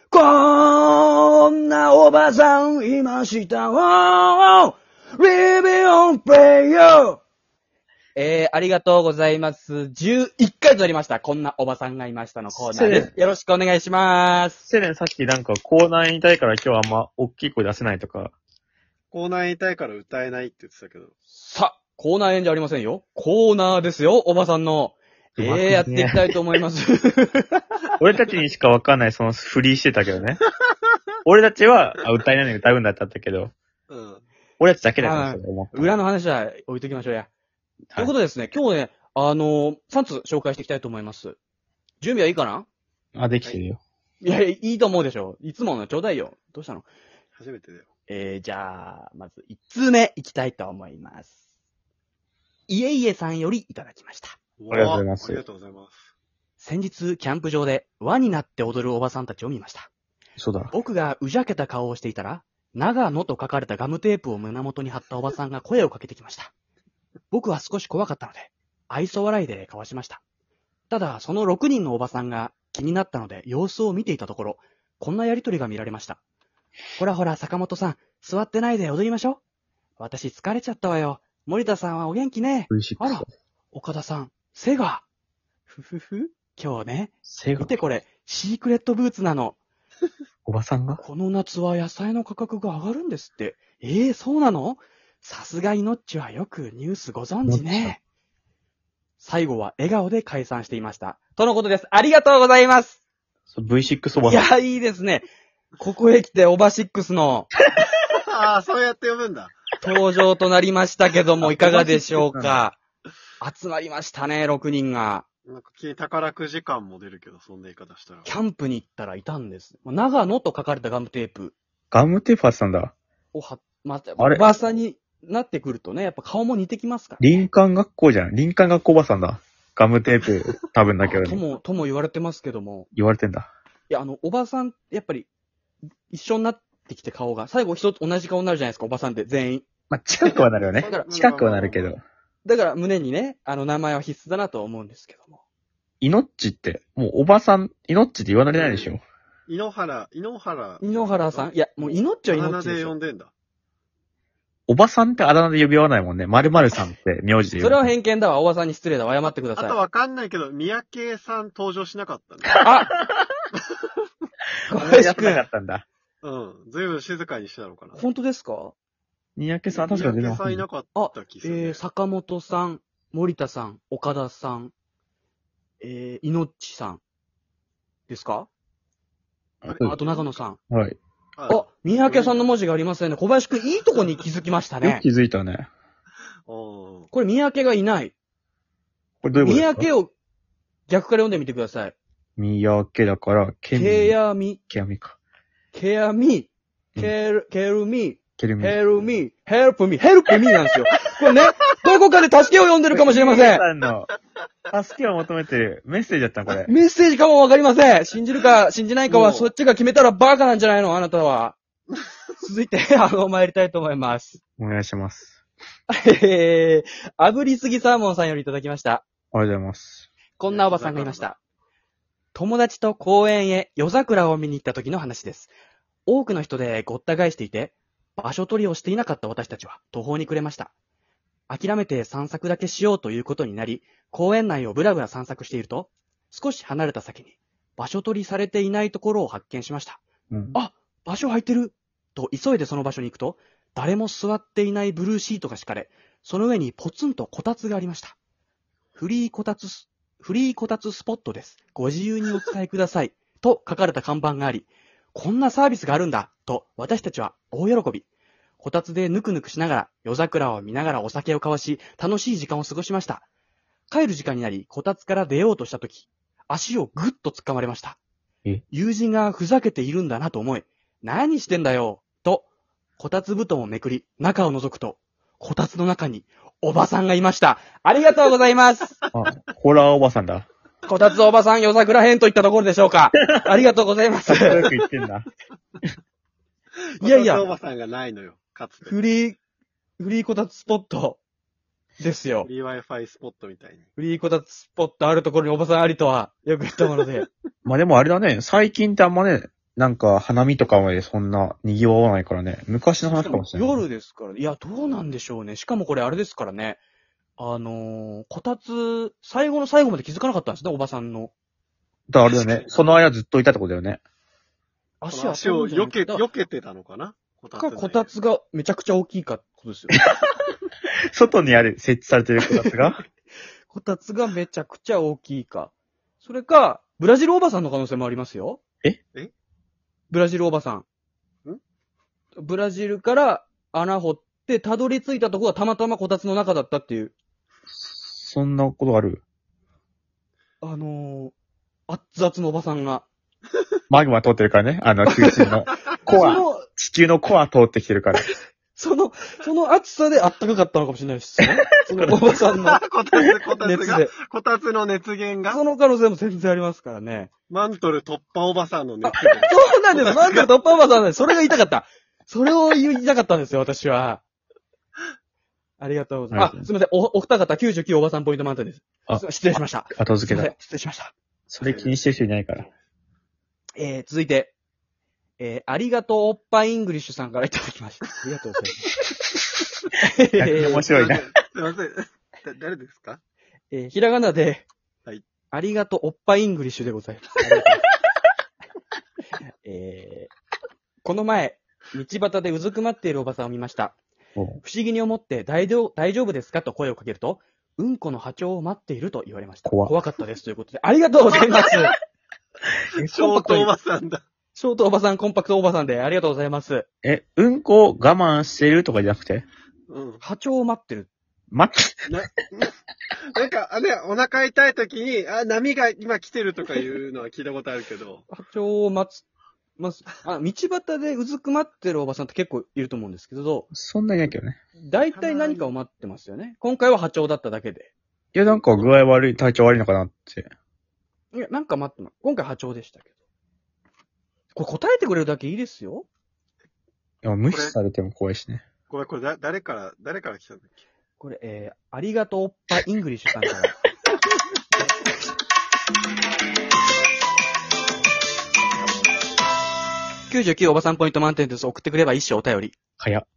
こんなおばさんいましたわ。Live on play yo。ありがとうございます。11回となりました。こんなおばさんがいましたのコーナーです。よろしくお願いします。 セレンさっきなんかコーナー言いたいから今日あんま大きい声出せないとか。 コーナー言いたいから歌えないって言ってたけど。 さあ、コーナー演じゃありませんよ。コーナーですよ、おばさんの。やっていきたいと思います。 俺たちにしかわかんないそのフリーしてたけどね。俺たちは、歌えないのに歌うんだったけど。 うん。 俺たちだけだからそれ思った。 裏の話は置いときましょうや。ということでですね、今日ね、3つ紹介していきたいと思います。準備はいいかな？ あ、できてるよ。 いや、いいと思うでしょ。いつものちょうだいよ。どうしたの？ 初めてだよ。 じゃあ、まず1通目いきたいと思います。いえいえさんよりいただきました。 ありがとうございます。 ありがとうございます。 先日、キャンプ場で輪になって踊るおばさんたちを見ました。 そうだ。 僕がうじゃけた顔をしていたら、長野と書かれたガムテープを胸元に貼ったおばさんが声をかけてきました。僕は少し怖かったので、愛想笑いで交わしました。ただ、その6人のおばさんが気になったので様子を見ていたところ、こんなやりとりが見られました。ほらほら、坂本さん、座ってないで踊りましょう。私疲れちゃったわよ。森田さんはお元気ね。あら、岡田さん、セガ。ふふふ。今日ね、 セガ。 見てこれ、シークレットブーツなの。 おばさんがこの夏は野菜の価格が上がるんですって。そうなの？さすがイノッチはよくニュースご存知ね。最後は笑顔で解散していました。とのことです。ありがとうございます。 V6 おばさん。 いや、いいですね。ここへ来てオバシックスのああ、そうやって読むんだ。 登場となりましたけども、いかがでしょうか。集まりましたね、6人が。 なんか宝くじ感も出るけど、そんな言い方したら。 キャンプに行ったらいたんです。長野と書かれたガムテープガムテープ貼ってたんだ。 をまた、 あれおばさんになってくるとね、やっぱ顔も似てきますから、ね。 林間学校じゃん。林間学校おばさんだ。ガムテープ、多分だけど、ね。 とも言われてますけども。 言われてんだ。 いや、おばさん、やっぱり、一緒になってきて顔が、最後一つ同じ顔になるじゃないですか、おばさんって全員。 まあ、近くはなるよね。近くはなるけど。 だから胸にね、名前は必須だなと思うんですけども。 イノッチって、もうおばさん、イノッチって言われないでしょ。 井ノ原さんいや、もうイノッチはイノッチでしょ。 あだ名で呼んでんだ。 おばさんってあだ名で呼び合わないもんね。〇〇さんって名字で呼ぶ。 それは偏見だわ。おばさんに失礼だわ。謝ってください。 あとわかんないけど、三宅さん登場しなかったね。 あ小林くん。なかったんだ。 うん。ずいぶん静かにしてたのかな。 本当ですか？ 三宅さん確かに三宅さんいなかった気する、ね。 坂本さん、森田さん、岡田さん、イノッチさん。ですか？あと長野さん。 はい。 三宅さんの文字がありませんね。小林くんいいとこに気づきましたね。 よく気づいたね。 これ三宅がいない。 これどういうことですか？ 三宅を逆から読んでみてください。 三宅だから、 ケヤミ。 ケヤミか。 ケヤミ。ケルミ。 ケルミ。 ヘルミ。ヘルプミ。ヘルプミなんですよ。これね、どこかで助けを呼んでるかもしれません。 助けを求めてるメッセージだったのこれ。 メッセージかもわかりません。信じるか信じないかはそっちが決めたらバカなんじゃないのあなたは。続いて、参りたいと思います。 お願いします。 炙りすぎサーモンさんよりいただきました。 ありがとうございます。 こんなおばさんがいました。友達と公園へ夜桜を見に行った時の話です。多くの人でごった返していて、場所取りをしていなかった私たちは途方に暮れました。諦めて散策だけしようということになり、公園内をぶらぶら散策していると、少し離れた先に場所取りされていないところを発見しました。あ、場所空いてると急いでその場所に行くと、誰も座っていないブルーシートが敷かれ、その上にポツンとこたつがありました。フリーこたつスポットです。ご自由にお使いください。と書かれた看板があり、こんなサービスがあるんだと私たちは大喜び。こたつでぬくぬくしながら夜桜を見ながらお酒を交わし、楽しい時間を過ごしました。帰る時間になり、こたつから出ようとしたとき、足をぐっと掴まれました。友人がふざけているんだなと思い、何してんだよと、こたつ布団をめくり、中を覗くと、こたつの中におばさんがいました。ありがとうございます。 ホラーおばさんだ。 こたつおばさん夜桜編といったところでしょうか。ありがとうございます。 よく言ってんだ。 いやいや。おばさんがないのよ。かつて。 フリーこたつスポットですよ。 フリー Wi-Fi スポットみたいに。 フリーこたつスポットあるところにおばさんありとはよく言ったもので。 まあでもあれだね、最近ってあんまね、 なんか、花見とかまでそんな賑わわないからね。昔の話かもしれない。 夜ですからね。いや、どうなんでしょうね。しかもこれあれですからね。こたつ、最後の最後まで気づかなかったんですね、おばさんの。 だからあれだよね。その間ずっといたってことだよね。 足を避けてたのかなこたつがめちゃくちゃ大きいかってことですよ。 外に設置されてるこたつがこたつがめちゃくちゃ大きいか。それか、ブラジルおばさんの可能性もありますよ。ブラジルおばさん。ブラジルから穴掘ってたどり着いたとこがたまたまこたつの中だったっていう。 そんなことある？ 熱々のおばさんが。 マグマ通ってるからね。中心の。地球のコア通ってきてるから。 その暑さであったかかったのかもしれないですよね。そのおばさんのこたつの熱源がその可能性も全然ありますからね。 マントル突破おばさんの熱源。そうなんです。マントル突破おばさんなんです。それが言いたかった。それを言いたかったんですよ、私は。ありがとうございます。すみません。お二方99おばさんポイント満点です。失礼しました。 後付けだ。 失礼しました。 それ気にしてる人いないから。 続いて、ありがとうおっぱいイングリッシュさんからいただきました。ありがとうございます。 面白いな。 すいません。誰ですか？ ひらがなで、 はい。 ありがとうおっぱいイングリッシュでございます。この前、道端でうずくまっているおばさんを見ました。不思議に思って大丈夫ですかと声をかけると、うんこの波長を待っていると言われました。怖かったですということで、ありがとうございます。 ショートおばさんだ。 ショートおばさん、コンパクトおばさんでありがとうございます。 うんこを我慢してるとかじゃなくて？ 波長を待ってる。 なんか、お腹痛い時に、波が今来てるとかいうのは聞いたことあるけど。 波長を待つ。道端でうずくまってるおばさんって結構いると思うんですけど。 そんなにないけどね。 大体何かを待ってますよね。今回は波長だっただけで。 いや、なんか具合悪い、体調悪いのかなって。 いや、なんか待ってます。今回波長でしたけど。これ答えてくれるだけいいですよ。 いや、無視されても怖いしね。 これ誰から来たんだっけ？ これ、ありがとうおっぱいイングリッシュさんから。99おばさんポイント満点です。送ってくれば一生お便り。 早っ。